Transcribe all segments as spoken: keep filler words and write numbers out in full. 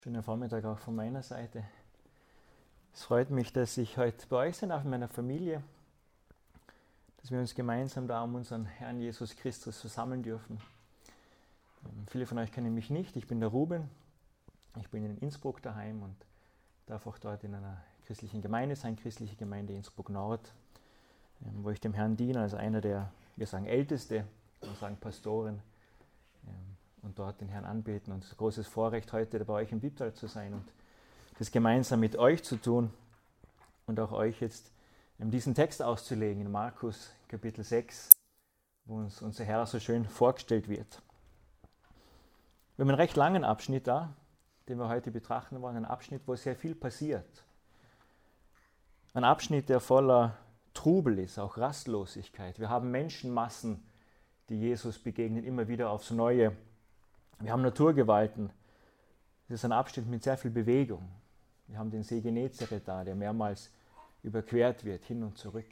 Schönen Vormittag auch von meiner Seite. Es freut mich, dass ich heute bei euch bin, auch mit meiner Familie, dass wir uns gemeinsam da um unseren Herrn Jesus Christus versammeln dürfen. Ähm, viele von euch kennen mich nicht, ich bin der Ruben, ich bin in Innsbruck daheim und darf auch dort in einer christlichen Gemeinde sein, christliche Gemeinde Innsbruck Nord, ähm, wo ich dem Herrn diene, als einer der, wir sagen Älteste, wir sagen Pastoren, ähm, und dort den Herrn anbeten. Und es ist ein großes Vorrecht, heute bei euch im Bibtal zu sein und das gemeinsam mit euch zu tun und auch euch jetzt diesen Text auszulegen in Markus Kapitel sechs, wo uns unser Herr so schön vorgestellt wird. Wir haben einen recht langen Abschnitt da, den wir heute betrachten wollen, ein Abschnitt, wo sehr viel passiert. Ein Abschnitt, der voller Trubel ist, auch Rastlosigkeit. Wir haben Menschenmassen, die Jesus begegnen, immer wieder aufs Neue. Wir haben Naturgewalten. Es ist ein Abschnitt mit sehr viel Bewegung. Wir haben den See Genezareth da, der mehrmals überquert wird, hin und zurück.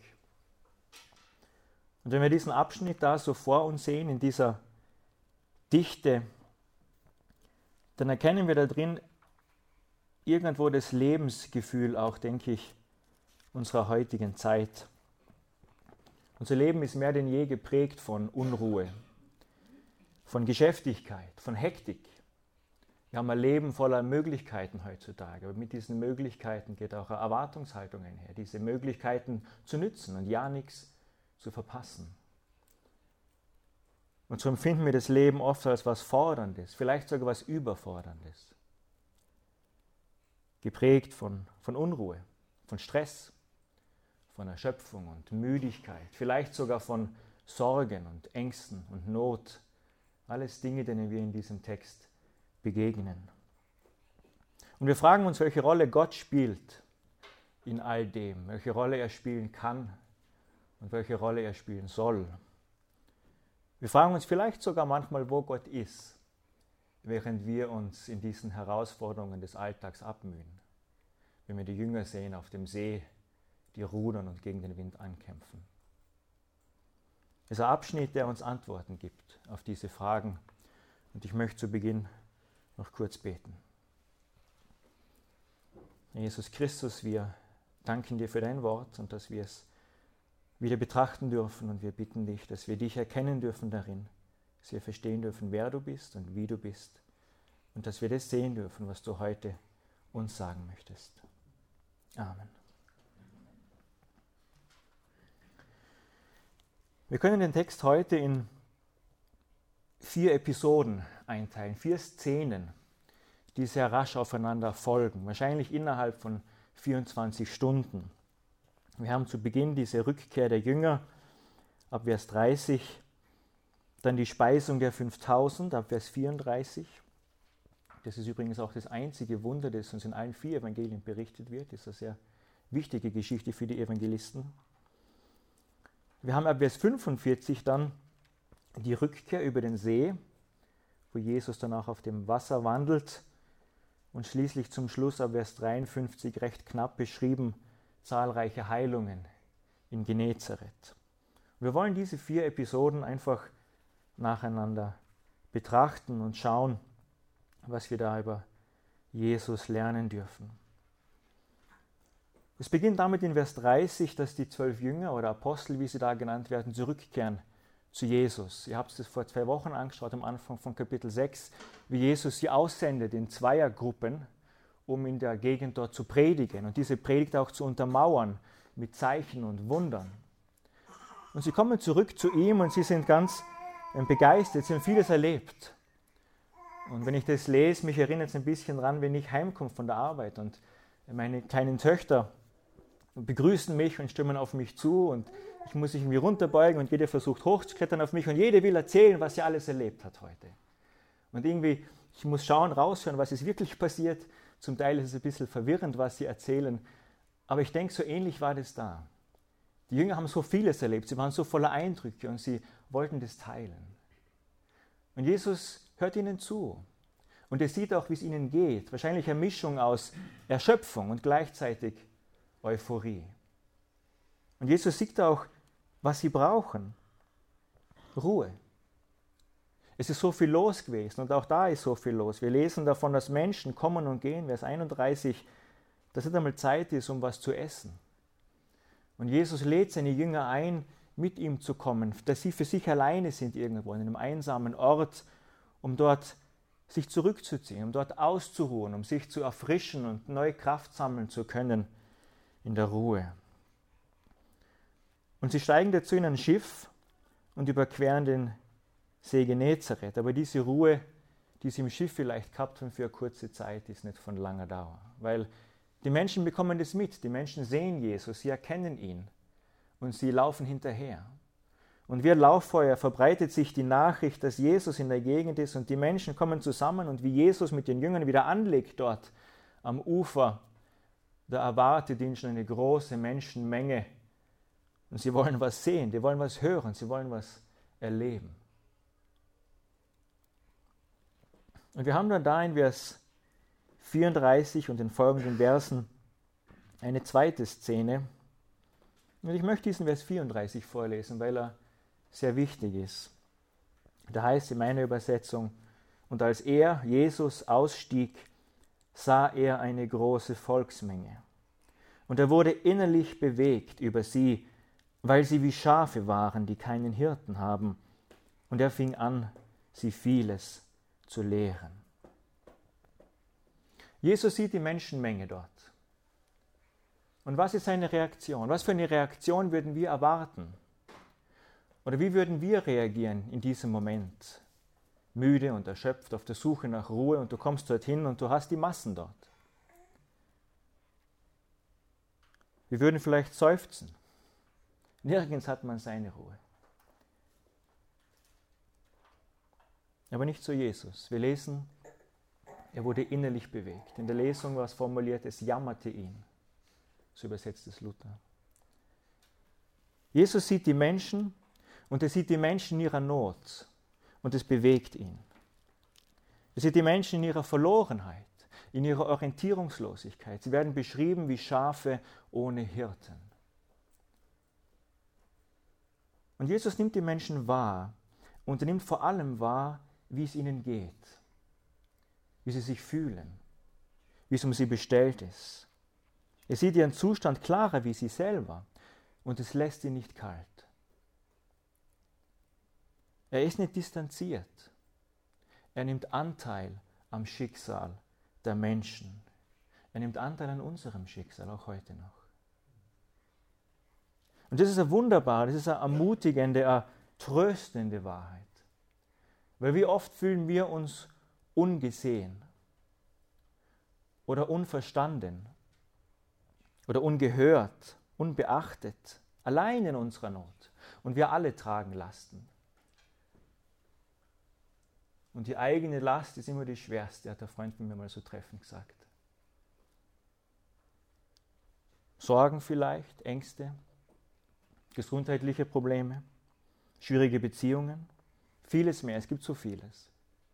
Und wenn wir diesen Abschnitt da so vor uns sehen, in dieser Dichte, dann erkennen wir da drin irgendwo das Lebensgefühl auch, denke ich, unserer heutigen Zeit. Unser Leben ist mehr denn je geprägt von Unruhe, von Geschäftigkeit, von Hektik. Wir haben ein Leben voller Möglichkeiten heutzutage, aber mit diesen Möglichkeiten geht auch eine Erwartungshaltung einher, diese Möglichkeiten zu nützen und ja nichts zu verpassen. Und so empfinden wir das Leben oft als was Forderndes, vielleicht sogar was Überforderndes. Geprägt von, von Unruhe, von Stress, von Erschöpfung und Müdigkeit, vielleicht sogar von Sorgen und Ängsten und Not. Alles Dinge, denen wir in diesem Text begegnen. Und wir fragen uns, welche Rolle Gott spielt in all dem, welche Rolle er spielen kann und welche Rolle er spielen soll. Wir fragen uns vielleicht sogar manchmal, wo Gott ist, während wir uns in diesen Herausforderungen des Alltags abmühen. Wenn wir die Jünger sehen auf dem See, die rudern und gegen den Wind ankämpfen. Es ist ein Abschnitt, der uns Antworten gibt auf diese Fragen. Und ich möchte zu Beginn noch kurz beten. Herr Jesus Christus, wir danken dir für dein Wort und dass wir es wieder betrachten dürfen. Und wir bitten dich, dass wir dich erkennen dürfen darin, dass wir verstehen dürfen, wer du bist und wie du bist. Und dass wir das sehen dürfen, was du heute uns sagen möchtest. Amen. Wir können den Text heute in vier Episoden einteilen, vier Szenen, die sehr rasch aufeinander folgen, wahrscheinlich innerhalb von vierundzwanzig Stunden. Wir haben zu Beginn diese Rückkehr der Jünger ab Vers dreißig, dann die Speisung der fünftausend ab Vers vierunddreißig. Das ist übrigens auch das einzige Wunder, das uns in allen vier Evangelien berichtet wird. Das ist eine sehr wichtige Geschichte für die Evangelisten. Wir haben ab Vers fünfundvierzig dann die Rückkehr über den See, wo Jesus dann auch auf dem Wasser wandelt und schließlich zum Schluss ab Vers dreiundfünfzig recht knapp beschrieben zahlreiche Heilungen in Genezareth. Wir wollen diese vier Episoden einfach nacheinander betrachten und schauen, was wir da über Jesus lernen dürfen. Es beginnt damit in Vers dreißig, dass die zwölf Jünger oder Apostel, wie sie da genannt werden, zurückkehren zu Jesus. Ihr habt es vor zwei Wochen angeschaut, am Anfang von Kapitel sechs, wie Jesus sie aussendet in Zweiergruppen, um in der Gegend dort zu predigen und diese Predigt auch zu untermauern mit Zeichen und Wundern. Und sie kommen zurück zu ihm und sie sind ganz begeistert, sie haben vieles erlebt. Und wenn ich das lese, mich erinnert es ein bisschen daran, wenn ich heimkomme von der Arbeit und meine kleinen Töchter begrüßen mich und stürmen auf mich zu und ich muss mich irgendwie runterbeugen und jeder versucht hochzuklettern auf mich und jeder will erzählen, was sie alles erlebt hat heute. Und irgendwie, ich muss schauen, raushören, was ist wirklich passiert. Zum Teil ist es ein bisschen verwirrend, was sie erzählen, aber ich denke, so ähnlich war das da. Die Jünger haben so vieles erlebt, sie waren so voller Eindrücke und sie wollten das teilen. Und Jesus hört ihnen zu und er sieht auch, wie es ihnen geht. Wahrscheinlich eine Mischung aus Erschöpfung und gleichzeitig Euphorie. Und Jesus sieht auch, was sie brauchen. Ruhe. Es ist so viel los gewesen und auch da ist so viel los. Wir lesen davon, dass Menschen kommen und gehen, Vers einunddreißig, dass nicht einmal Zeit ist, um was zu essen. Und Jesus lädt seine Jünger ein, mit ihm zu kommen, dass sie für sich alleine sind irgendwo in einem einsamen Ort, um dort sich zurückzuziehen, um dort auszuruhen, um sich zu erfrischen und neue Kraft sammeln zu können in der Ruhe. Und sie steigen dazu in ein Schiff und überqueren den See Genezareth. Aber diese Ruhe, die sie im Schiff vielleicht gehabt haben für eine kurze Zeit, ist nicht von langer Dauer. Weil die Menschen bekommen das mit. Die Menschen sehen Jesus, sie erkennen ihn und sie laufen hinterher. Und wie ein Lauffeuer verbreitet sich die Nachricht, dass Jesus in der Gegend ist und die Menschen kommen zusammen und wie Jesus mit den Jüngern wieder anlegt dort am Ufer, da erwartet ihn schon eine große Menschenmenge. Und sie wollen was sehen, die wollen was hören, sie wollen was erleben. Und wir haben dann da in Vers vierunddreißig und den folgenden Versen eine zweite Szene. Und ich möchte diesen Vers vierunddreißig vorlesen, weil er sehr wichtig ist. Da heißt in meiner Übersetzung, und als er, Jesus, ausstieg, sah er eine große Volksmenge. Und er wurde innerlich bewegt über sie, weil sie wie Schafe waren, die keinen Hirten haben. Und er fing an, sie vieles zu lehren. Jesus sieht die Menschenmenge dort. Und was ist seine Reaktion? Was für eine Reaktion würden wir erwarten? Oder wie würden wir reagieren in diesem Moment? Müde und erschöpft, auf der Suche nach Ruhe und du kommst dorthin und du hast die Massen dort. Wir würden vielleicht seufzen. Nirgends hat man seine Ruhe. Aber nicht so Jesus. Wir lesen, er wurde innerlich bewegt. In der Lesung war es formuliert, es jammerte ihn. So übersetzt es Luther. Jesus sieht die Menschen und er sieht die Menschen in ihrer Not und es bewegt ihn. Er sieht die Menschen in ihrer Verlorenheit, in ihrer Orientierungslosigkeit. Sie werden beschrieben wie Schafe ohne Hirten. Und Jesus nimmt die Menschen wahr und er nimmt vor allem wahr, wie es ihnen geht, wie sie sich fühlen, wie es um sie bestellt ist. Er sieht ihren Zustand klarer wie sie selber und es lässt ihn nicht kalt. Er ist nicht distanziert. Er nimmt Anteil am Schicksal der Menschen. Er nimmt Anteil an unserem Schicksal, auch heute noch. Und das ist eine wunderbare, das ist eine ermutigende, eine tröstende Wahrheit. Weil wie oft fühlen wir uns ungesehen oder unverstanden oder ungehört, unbeachtet, allein in unserer Not. Und wir alle tragen Lasten. Und die eigene Last ist immer die schwerste, hat der Freund von mir mal so treffend gesagt. Sorgen vielleicht, Ängste, gesundheitliche Probleme, schwierige Beziehungen, vieles mehr, es gibt so vieles.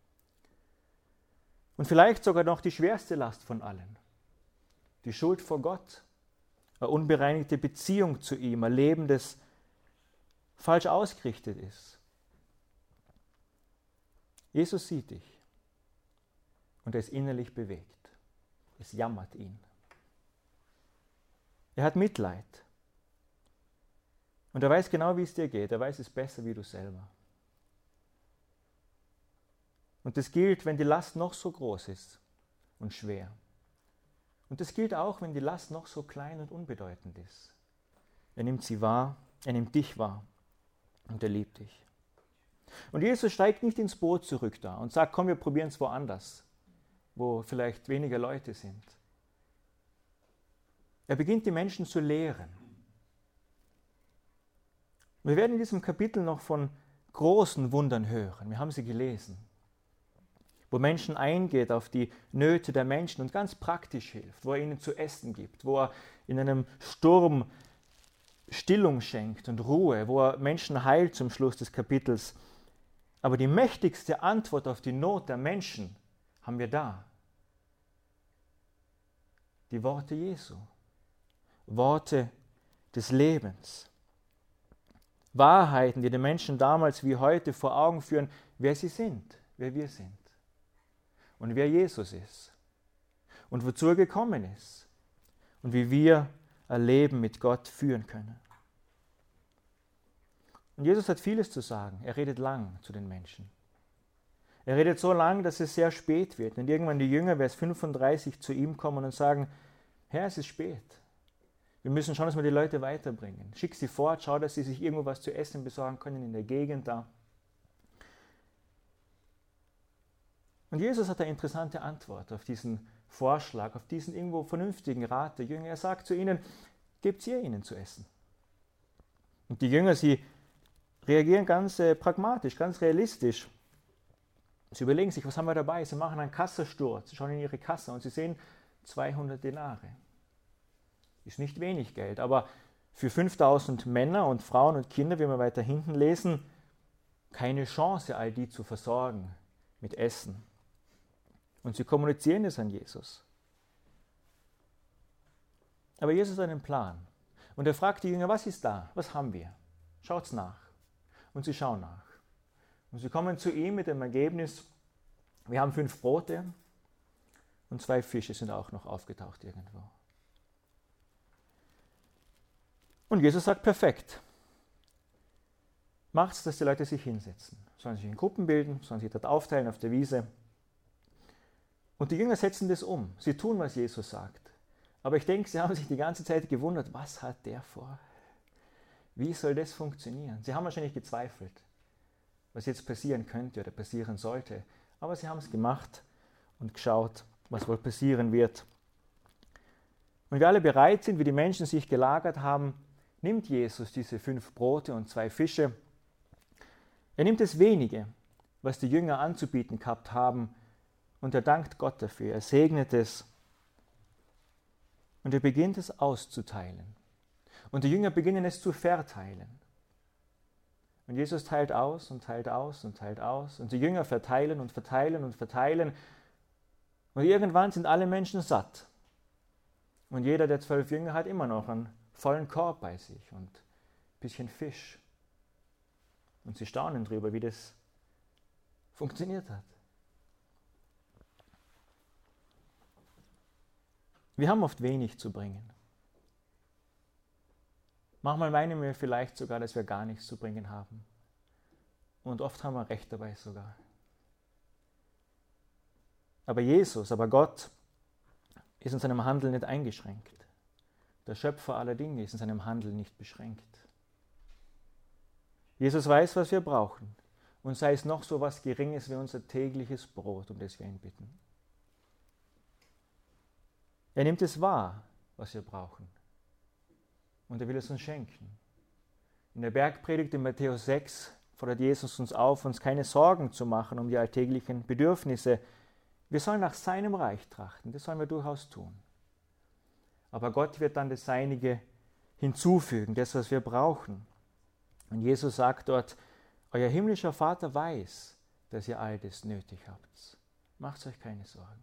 Und vielleicht sogar noch die schwerste Last von allen, die Schuld vor Gott, eine unbereinigte Beziehung zu ihm, ein Leben, das falsch ausgerichtet ist. Jesus sieht dich und er ist innerlich bewegt. Es jammert ihn. Er hat Mitleid. Und er weiß genau, wie es dir geht. Er weiß es besser wie du selber. Und das gilt, wenn die Last noch so groß ist und schwer. Und das gilt auch, wenn die Last noch so klein und unbedeutend ist. Er nimmt sie wahr, er nimmt dich wahr und er liebt dich. Und Jesus steigt nicht ins Boot zurück da und sagt, komm, wir probieren es woanders, wo vielleicht weniger Leute sind. Er beginnt die Menschen zu lehren. Wir werden in diesem Kapitel noch von großen Wundern hören. Wir haben sie gelesen. Wo Menschen eingeht auf die Nöte der Menschen und ganz praktisch hilft, wo er ihnen zu essen gibt, wo er in einem Sturm Stillung schenkt und Ruhe, wo er Menschen heilt zum Schluss des Kapitels. Aber die mächtigste Antwort auf die Not der Menschen haben wir da. Die Worte Jesu. Worte des Lebens. Wahrheiten, die den Menschen damals wie heute vor Augen führen, wer sie sind, wer wir sind und wer Jesus ist und wozu er gekommen ist und wie wir ein Leben mit Gott führen können. Und Jesus hat vieles zu sagen. Er redet lang zu den Menschen. Er redet so lang, dass es sehr spät wird. Und irgendwann die Jünger, Vers fünfunddreißig, zu ihm kommen und sagen, Herr, es ist spät. Wir müssen schauen, dass wir die Leute weiterbringen. Schick sie fort, schau, dass sie sich irgendwo was zu essen besorgen können in der Gegend da. Und Jesus hat eine interessante Antwort auf diesen Vorschlag, auf diesen irgendwo vernünftigen Rat der Jünger. Er sagt zu ihnen, gebt ihr ihnen zu essen. Und die Jünger, sie reagieren ganz äh, pragmatisch, ganz realistisch. Sie überlegen sich, was haben wir dabei? Sie machen einen Kassensturz, sie schauen in ihre Kasse und sie sehen zweihundert Denare. Ist nicht wenig Geld, aber für fünftausend Männer und Frauen und Kinder, wie wir weiter hinten lesen, keine Chance, all die zu versorgen mit Essen. Und sie kommunizieren es an Jesus. Aber Jesus hat einen Plan. Und er fragt die Jünger, was ist da? Was haben wir? Schaut's nach. Und sie schauen nach. Und sie kommen zu ihm mit dem Ergebnis, wir haben fünf Brote und zwei Fische sind auch noch aufgetaucht irgendwo. Und Jesus sagt, perfekt. Macht's, dass die Leute sich hinsetzen. Sollen sich in Gruppen bilden, sollen sich dort aufteilen auf der Wiese. Und die Jünger setzen das um. Sie tun, was Jesus sagt. Aber ich denke, sie haben sich die ganze Zeit gewundert, was hat der vor? Wie soll das funktionieren? Sie haben wahrscheinlich gezweifelt, was jetzt passieren könnte oder passieren sollte. Aber sie haben es gemacht und geschaut, was wohl passieren wird. Und wir alle bereit sind, wie die Menschen sich gelagert haben, nimmt Jesus diese fünf Brote und zwei Fische. Er nimmt das Wenige, was die Jünger anzubieten gehabt haben, und er dankt Gott dafür. Er segnet es und er beginnt es auszuteilen. Und die Jünger beginnen es zu verteilen. Und Jesus teilt aus und teilt aus und teilt aus. Und die Jünger verteilen und verteilen und verteilen. Und irgendwann sind alle Menschen satt. Und jeder der zwölf Jünger hat immer noch einen vollen Korb bei sich und ein bisschen Fisch. Und sie staunen darüber, wie das funktioniert hat. Wir haben oft wenig zu bringen. Manchmal meinen wir vielleicht sogar, dass wir gar nichts zu bringen haben. Und oft haben wir recht dabei sogar. Aber Jesus, aber Gott ist in seinem Handeln nicht eingeschränkt. Der Schöpfer aller Dinge ist in seinem Handeln nicht beschränkt. Jesus weiß, was wir brauchen. Und sei es noch so was Geringes wie unser tägliches Brot, um das wir ihn bitten. Er nimmt es wahr, was wir brauchen. Und er will es uns schenken. In der Bergpredigt in Matthäus sechs fordert Jesus uns auf, uns keine Sorgen zu machen um die alltäglichen Bedürfnisse. Wir sollen nach seinem Reich trachten, das sollen wir durchaus tun. Aber Gott wird dann das Seinige hinzufügen, das, was wir brauchen. Und Jesus sagt dort, euer himmlischer Vater weiß, dass ihr all das nötig habt. Macht euch keine Sorgen.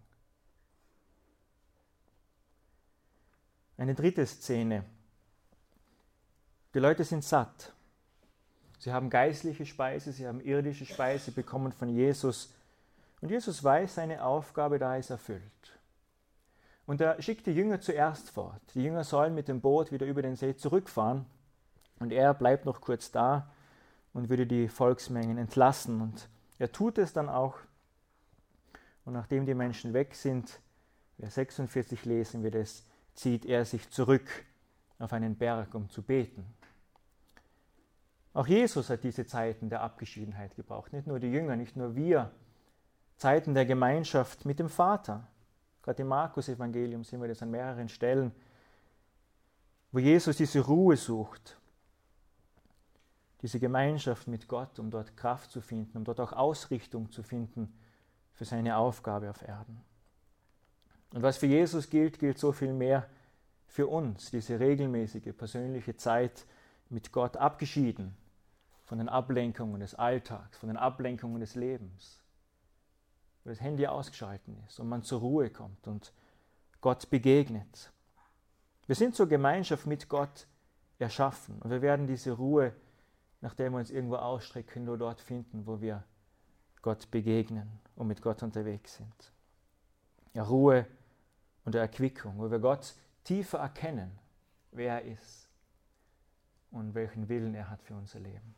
Eine dritte Szene. Die Leute sind satt. Sie haben geistliche Speise, sie haben irdische Speise bekommen von Jesus. Und Jesus weiß, seine Aufgabe da ist erfüllt. Und er schickt die Jünger zuerst fort. Die Jünger sollen mit dem Boot wieder über den See zurückfahren. Und er bleibt noch kurz da und würde die Volksmengen entlassen. Und er tut es dann auch. Und nachdem die Menschen weg sind, Vers sechsundvierzig lesen wir das, zieht er sich zurück auf einen Berg, um zu beten. Auch Jesus hat diese Zeiten der Abgeschiedenheit gebraucht. Nicht nur die Jünger, nicht nur wir. Zeiten der Gemeinschaft mit dem Vater. Gerade im Markus-Evangelium sehen wir das an mehreren Stellen, wo Jesus diese Ruhe sucht, diese Gemeinschaft mit Gott, um dort Kraft zu finden, um dort auch Ausrichtung zu finden für seine Aufgabe auf Erden. Und was für Jesus gilt, gilt so viel mehr für uns, diese regelmäßige persönliche Zeit mit Gott, abgeschieden von den Ablenkungen des Alltags, von den Ablenkungen des Lebens, wo das Handy ausgeschalten ist und man zur Ruhe kommt und Gott begegnet. Wir sind zur Gemeinschaft mit Gott erschaffen und wir werden diese Ruhe, nachdem wir uns irgendwo ausstrecken, nur dort finden, wo wir Gott begegnen und mit Gott unterwegs sind. Ja, Ruhe und Erquickung, wo wir Gott tiefer erkennen, wer er ist und welchen Willen er hat für unser Leben.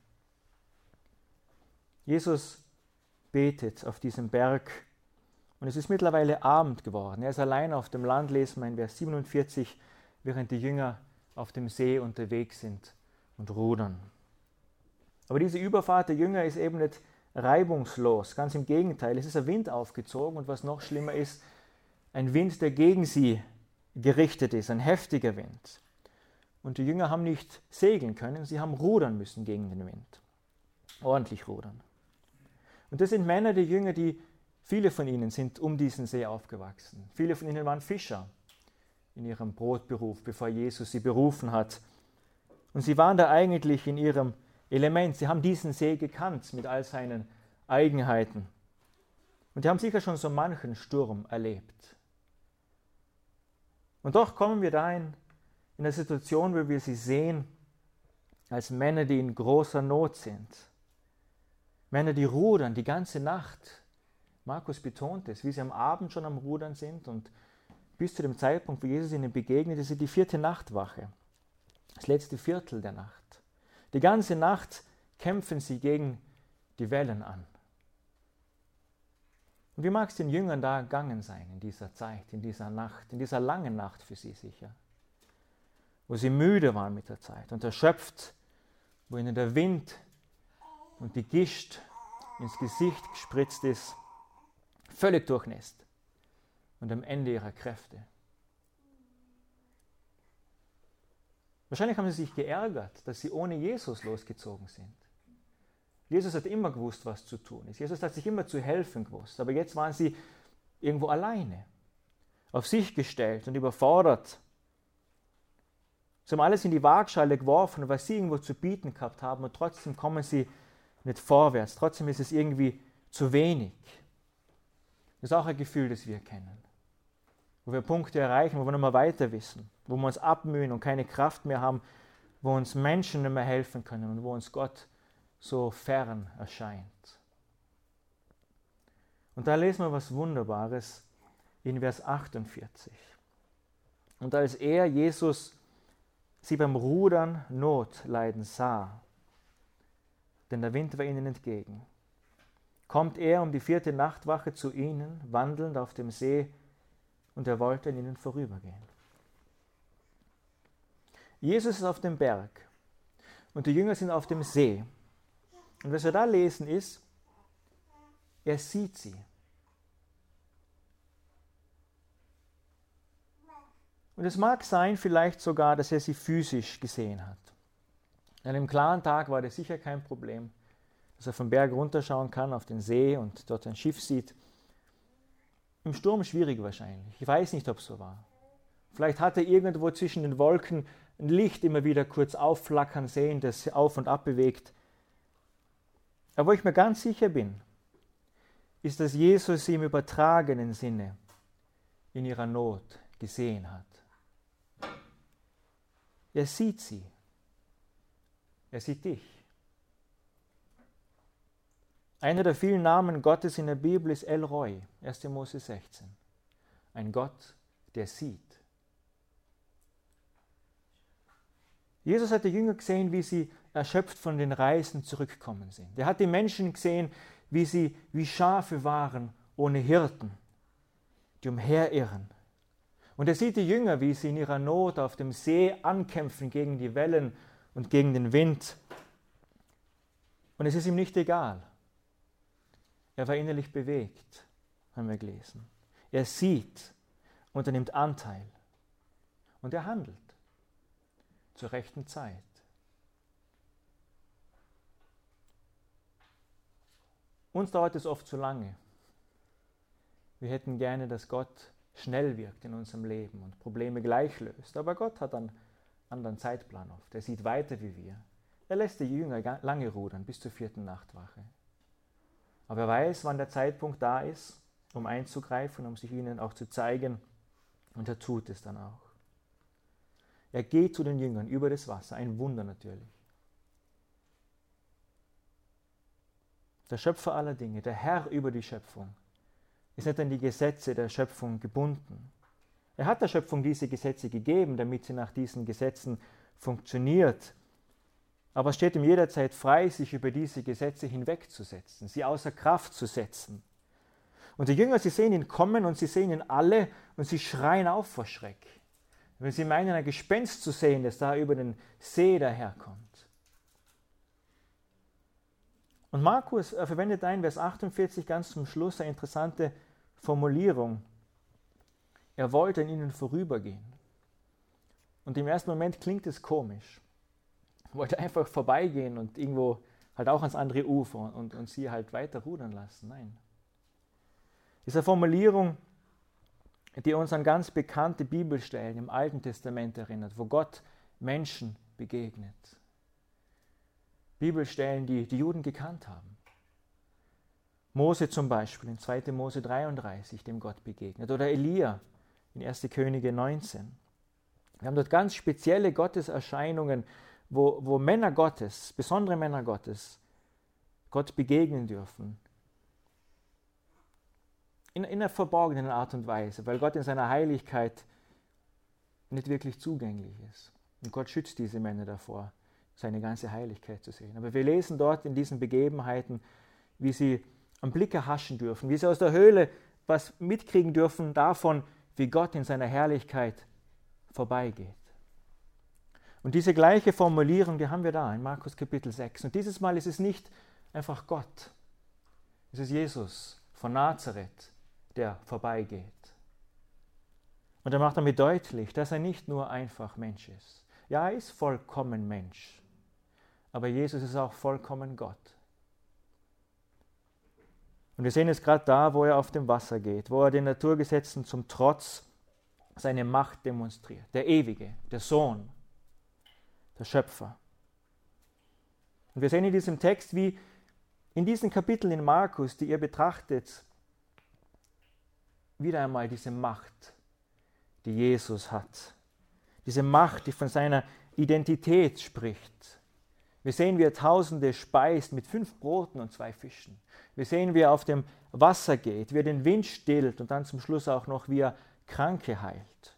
Jesus betet auf diesem Berg und es ist mittlerweile Abend geworden. Er ist allein auf dem Land, lesen wir in Vers siebenundvierzig, während die Jünger auf dem See unterwegs sind und rudern. Aber diese Überfahrt der Jünger ist eben nicht reibungslos, ganz im Gegenteil. Es ist ein Wind aufgezogen und was noch schlimmer ist, ein Wind, der gegen sie gerichtet ist, ein heftiger Wind. Und die Jünger haben nicht segeln können, sie haben rudern müssen gegen den Wind. Ordentlich rudern. Und das sind Männer, die Jünger, die, viele von ihnen sind um diesen See aufgewachsen. Viele von ihnen waren Fischer in ihrem Brotberuf, bevor Jesus sie berufen hat. Und sie waren da eigentlich in ihrem Element. Sie haben diesen See gekannt mit all seinen Eigenheiten. Und die haben sicher schon so manchen Sturm erlebt. Und doch kommen wir dahin, in einer Situation, wo wir sie sehen, als Männer, die in großer Not sind. Männer, die rudern die ganze Nacht. Markus betont es, wie sie am Abend schon am Rudern sind und bis zu dem Zeitpunkt, wo Jesus ihnen begegnet, ist sie die vierte Nachtwache. Das letzte Viertel der Nacht. Die ganze Nacht kämpfen sie gegen die Wellen an. Und wie mag es den Jüngern da gegangen sein in dieser Zeit, in dieser Nacht, in dieser langen Nacht für sie sicher? Wo sie müde waren mit der Zeit und erschöpft, wo ihnen der Wind und die Gischt ins Gesicht gespritzt ist, völlig durchnässt und am Ende ihrer Kräfte. Wahrscheinlich haben sie sich geärgert, dass sie ohne Jesus losgezogen sind. Jesus hat immer gewusst, was zu tun ist. Jesus hat sich immer zu helfen gewusst. Aber jetzt waren sie irgendwo alleine, auf sich gestellt und überfordert. Sie haben alles in die Waagschale geworfen, was sie irgendwo zu bieten gehabt haben und trotzdem kommen sie nicht vorwärts. Trotzdem ist es irgendwie zu wenig. Das ist auch ein Gefühl, das wir kennen. Wo wir Punkte erreichen, wo wir noch mal weiter wissen, wo wir uns abmühen und keine Kraft mehr haben, wo uns Menschen nicht mehr helfen können und wo uns Gott so fern erscheint. Und da lesen wir was Wunderbares in Vers achtundvierzig. Und als er, Jesus, sie beim Rudern Not leiden sah, denn der Wind war ihnen entgegen, kommt er um die vierte Nachtwache zu ihnen, wandelnd auf dem See, und er wollte an ihnen vorübergehen. Jesus ist auf dem Berg und die Jünger sind auf dem See. Und was wir da lesen ist, er sieht sie. Und es mag sein vielleicht sogar, dass er sie physisch gesehen hat. An einem klaren Tag war das sicher kein Problem, dass er vom Berg runterschauen kann auf den See und dort ein Schiff sieht. Im Sturm schwierig wahrscheinlich. Ich weiß nicht, ob es so war. Vielleicht hat er irgendwo zwischen den Wolken ein Licht immer wieder kurz aufflackern sehen, das auf und ab bewegt. Aber wo ich mir ganz sicher bin, ist, dass Jesus sie im übertragenen Sinne in ihrer Not gesehen hat. Er sieht sie. Er sieht dich. Einer der vielen Namen Gottes in der Bibel ist El Roi, erster Mose sechzehn. Ein Gott, der sieht. Jesus hat die Jünger gesehen, wie sie erschöpft von den Reisen zurückgekommen sind. Er hat die Menschen gesehen, wie sie wie Schafe waren, ohne Hirten, die umherirren. Und er sieht die Jünger, wie sie in ihrer Not auf dem See ankämpfen gegen die Wellen und gegen den Wind. Und es ist ihm nicht egal. Er war innerlich bewegt, haben wir gelesen. Er sieht und er nimmt Anteil. Und er handelt zur rechten Zeit. Uns dauert es oft zu lange. Wir hätten gerne, dass Gott schnell wirkt in unserem Leben und Probleme gleich löst. Aber Gott hat einen anderen Zeitplan oft. Er sieht weiter wie wir. Er lässt die Jünger lange rudern, bis zur vierten Nachtwache. Aber er weiß, wann der Zeitpunkt da ist, um einzugreifen, um sich ihnen auch zu zeigen. Und er tut es dann auch. Er geht zu den Jüngern über das Wasser, ein Wunder natürlich. der Schöpfer aller Dinge, der Herr über die Schöpfung, ist nicht an die Gesetze der Schöpfung gebunden. Er hat der Schöpfung diese Gesetze gegeben, damit sie nach diesen Gesetzen funktioniert. Aber es steht ihm jederzeit frei, sich über diese Gesetze hinwegzusetzen, sie außer Kraft zu setzen. Und die Jünger, sie sehen ihn kommen und sie sehen ihn alle und sie schreien auf vor Schreck, wenn sie meinen, ein Gespenst zu sehen, das da über den See daherkommt. Und Markus verwendet ein, Vers achtundvierzig, ganz zum Schluss, eine interessante Formulierung. Er wollte an ihnen vorübergehen. Und im ersten Moment klingt es komisch. Er wollte einfach vorbeigehen und irgendwo halt auch ans andere Ufer und, und sie halt weiter rudern lassen. Nein. Diese Formulierung, die uns an ganz bekannte Bibelstellen im Alten Testament erinnert, wo Gott Menschen begegnet. Bibelstellen, die die Juden gekannt haben. Mose zum Beispiel in zweiter Mose dreiunddreißig, dem Gott begegnet. Oder Elia in erster Könige neunzehn. Wir haben dort ganz spezielle Gotteserscheinungen, wo, wo Männer Gottes, besondere Männer Gottes, Gott begegnen dürfen. In, in einer verborgenen Art und Weise, weil Gott in seiner Heiligkeit nicht wirklich zugänglich ist. Und Gott schützt diese Männer davor, seine ganze Heiligkeit zu sehen. Aber wir lesen dort in diesen Begebenheiten, wie sie am Blick erhaschen dürfen, wie sie aus der Höhle was mitkriegen dürfen davon, wie Gott in seiner Herrlichkeit vorbeigeht. Und diese gleiche Formulierung, die haben wir da in Markus Kapitel sechs. Und dieses Mal ist es nicht einfach Gott. Es ist Jesus von Nazareth, der vorbeigeht. Und er macht damit deutlich, dass er nicht nur einfach Mensch ist. Ja, er ist vollkommen Mensch. Aber Jesus ist auch vollkommen Gott. Und wir sehen es gerade da, wo er auf dem Wasser geht, wo er den Naturgesetzen zum Trotz seine Macht demonstriert. Der Ewige, der Sohn, der Schöpfer. Und wir sehen in diesem Text, wie in diesen Kapiteln in Markus, die ihr betrachtet, wieder einmal diese Macht, die Jesus hat. Diese Macht, die von seiner Identität spricht. Wir sehen, wie er Tausende speist mit fünf Broten und zwei Fischen. Wir sehen, wie er auf dem Wasser geht, wie er den Wind stillt und dann zum Schluss auch noch, wie er Kranke heilt.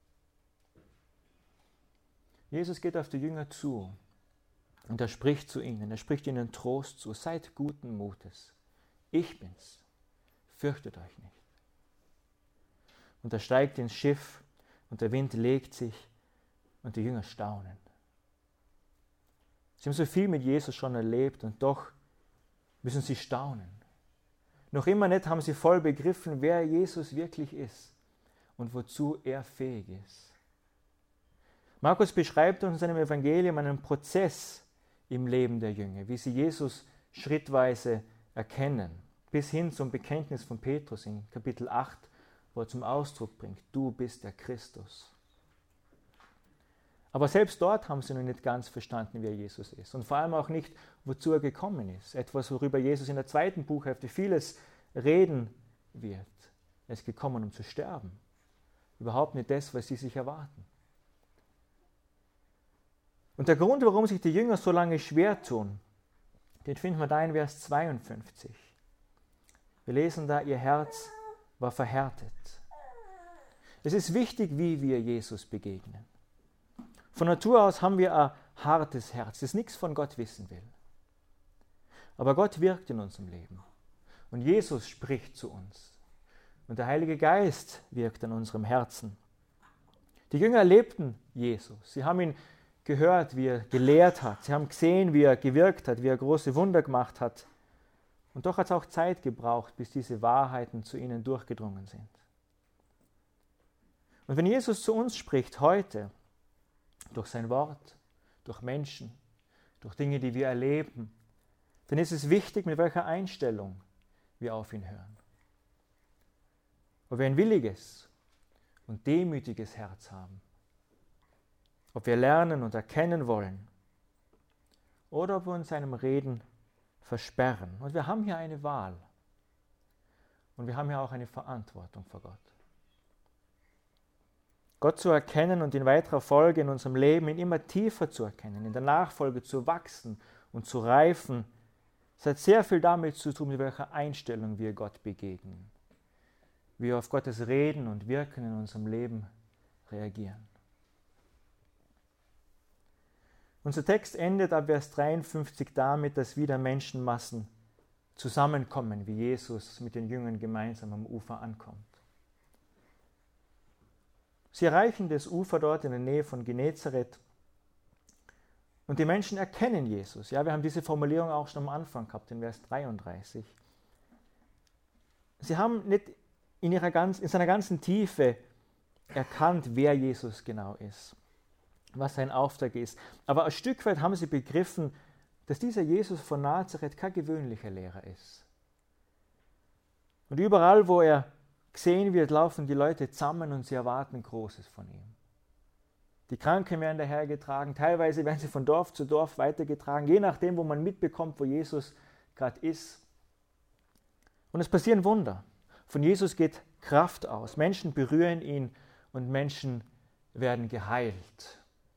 Jesus geht auf die Jünger zu und er spricht zu ihnen, er spricht ihnen Trost zu. Seid guten Mutes. Ich bin's. Fürchtet euch nicht. Und er steigt ins Schiff und der Wind legt sich und die Jünger staunen. Sie haben so viel mit Jesus schon erlebt und doch müssen sie staunen. Noch immer nicht haben sie voll begriffen, wer Jesus wirklich ist und wozu er fähig ist. Markus beschreibt uns in seinem Evangelium einen Prozess im Leben der Jünger, wie sie Jesus schrittweise erkennen, bis hin zum Bekenntnis von Petrus in Kapitel acht, wo er zum Ausdruck bringt, du bist der Christus. Aber selbst dort haben sie noch nicht ganz verstanden, wer Jesus ist und vor allem auch nicht, wozu er gekommen ist. Etwas, worüber Jesus in der zweiten Buchhälfte vieles reden wird. Er ist gekommen, um zu sterben. Überhaupt nicht das, was sie sich erwarten. Und der Grund, warum sich die Jünger so lange schwer tun, den finden wir da in Vers zweiundfünfzig. Wir lesen da, ihr Herz war verhärtet. Es ist wichtig, wie wir Jesus begegnen. Von Natur aus haben wir ein hartes Herz, das nichts von Gott wissen will. Aber Gott wirkt in unserem Leben. Und Jesus spricht zu uns. Und der Heilige Geist wirkt an unserem Herzen. Die Jünger erlebten Jesus. Sie haben ihn gehört, wie er gelehrt hat. Sie haben gesehen, wie er gewirkt hat, wie er große Wunder gemacht hat. Und doch hat es auch Zeit gebraucht, bis diese Wahrheiten zu ihnen durchgedrungen sind. Und wenn Jesus zu uns spricht heute, durch sein Wort, durch Menschen, durch Dinge, die wir erleben, dann ist es wichtig, mit welcher Einstellung wir auf ihn hören. Ob wir ein williges und demütiges Herz haben, ob wir lernen und erkennen wollen oder ob wir uns seinem Reden versperren. Und wir haben hier eine Wahl und wir haben hier auch eine Verantwortung vor Gott. Gott zu erkennen und in weiterer Folge in unserem Leben ihn immer tiefer zu erkennen, in der Nachfolge zu wachsen und zu reifen, Es hat sehr viel damit zu tun, mit welcher Einstellung wir Gott begegnen, wie wir auf Gottes Reden und Wirken in unserem Leben reagieren. Unser Text endet ab Vers dreiundfünfzig damit, dass wieder Menschenmassen zusammenkommen, wie Jesus mit den Jüngern gemeinsam am Ufer ankommt. Sie erreichen das Ufer dort in der Nähe von Genezareth und die Menschen erkennen Jesus. Ja, wir haben diese Formulierung auch schon am Anfang gehabt, in Vers dreiunddreißig. Sie haben nicht in, ihrer ganz, in seiner ganzen Tiefe erkannt, wer Jesus genau ist, was sein Auftrag ist. Aber ein Stück weit haben sie begriffen, dass dieser Jesus von Nazareth kein gewöhnlicher Lehrer ist. Und überall, wo er gesehen wird, laufen die Leute zusammen und sie erwarten Großes von ihm. Die Kranken werden dahergetragen, teilweise werden sie von Dorf zu Dorf weitergetragen, je nachdem, wo man mitbekommt, wo Jesus gerade ist. Und es passieren Wunder. Von Jesus geht Kraft aus. Menschen berühren ihn und Menschen werden geheilt.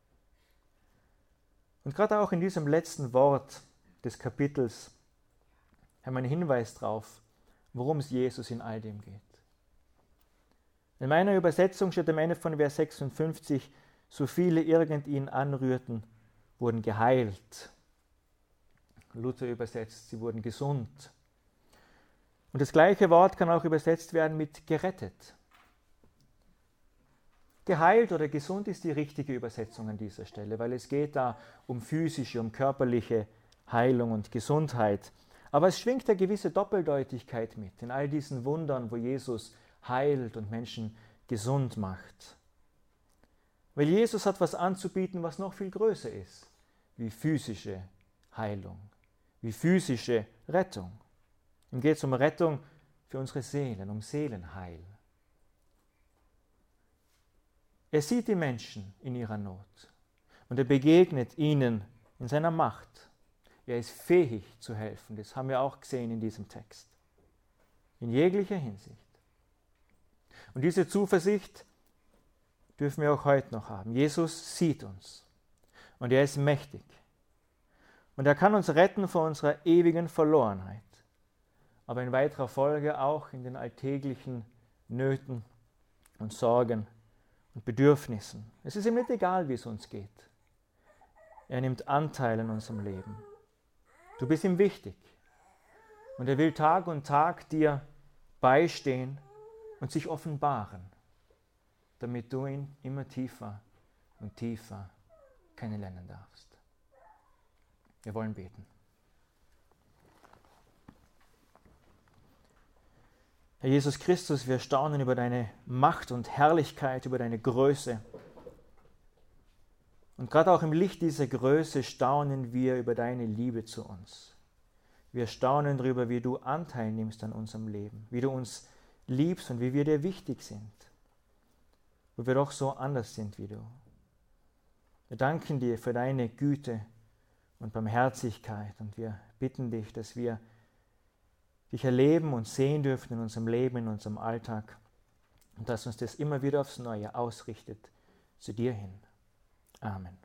Und gerade auch in diesem letzten Wort des Kapitels haben wir einen Hinweis darauf, worum es Jesus in all dem geht. In meiner Übersetzung steht am Ende von Vers sechsundfünfzig, so viele irgend ihn anrührten, wurden geheilt. Luther übersetzt, sie wurden gesund. Und das gleiche Wort kann auch übersetzt werden mit gerettet. Geheilt oder gesund ist die richtige Übersetzung an dieser Stelle, weil es geht da um physische, um körperliche Heilung und Gesundheit. Aber es schwingt eine gewisse Doppeldeutigkeit mit in all diesen Wundern, wo Jesus heilt und Menschen gesund macht. Weil Jesus hat was anzubieten, was noch viel größer ist, wie physische Heilung, wie physische Rettung. Ihm geht es um Rettung für unsere Seelen, um Seelenheil. Er sieht die Menschen in ihrer Not und er begegnet ihnen in seiner Macht. Er ist fähig zu helfen, das haben wir auch gesehen in diesem Text. In jeglicher Hinsicht. Und diese Zuversicht dürfen wir auch heute noch haben. Jesus sieht uns und er ist mächtig. Und er kann uns retten vor unserer ewigen Verlorenheit, aber in weiterer Folge auch in den alltäglichen Nöten und Sorgen und Bedürfnissen. Es ist ihm nicht egal, wie es uns geht. Er nimmt Anteil an unserem Leben. Du bist ihm wichtig und er will Tag und Tag dir beistehen und sich offenbaren, damit du ihn immer tiefer und tiefer kennenlernen darfst. Wir wollen beten. Herr Jesus Christus, wir staunen über deine Macht und Herrlichkeit, über deine Größe. Und gerade auch im Licht dieser Größe staunen wir über deine Liebe zu uns. Wir staunen darüber, wie du Anteil nimmst an unserem Leben, wie du uns liebst und wie wir dir wichtig sind, wo wir doch so anders sind wie du. Wir danken dir für deine Güte und Barmherzigkeit und wir bitten dich, dass wir dich erleben und sehen dürfen in unserem Leben, in unserem Alltag und dass uns das immer wieder aufs Neue ausrichtet zu dir hin. Amen.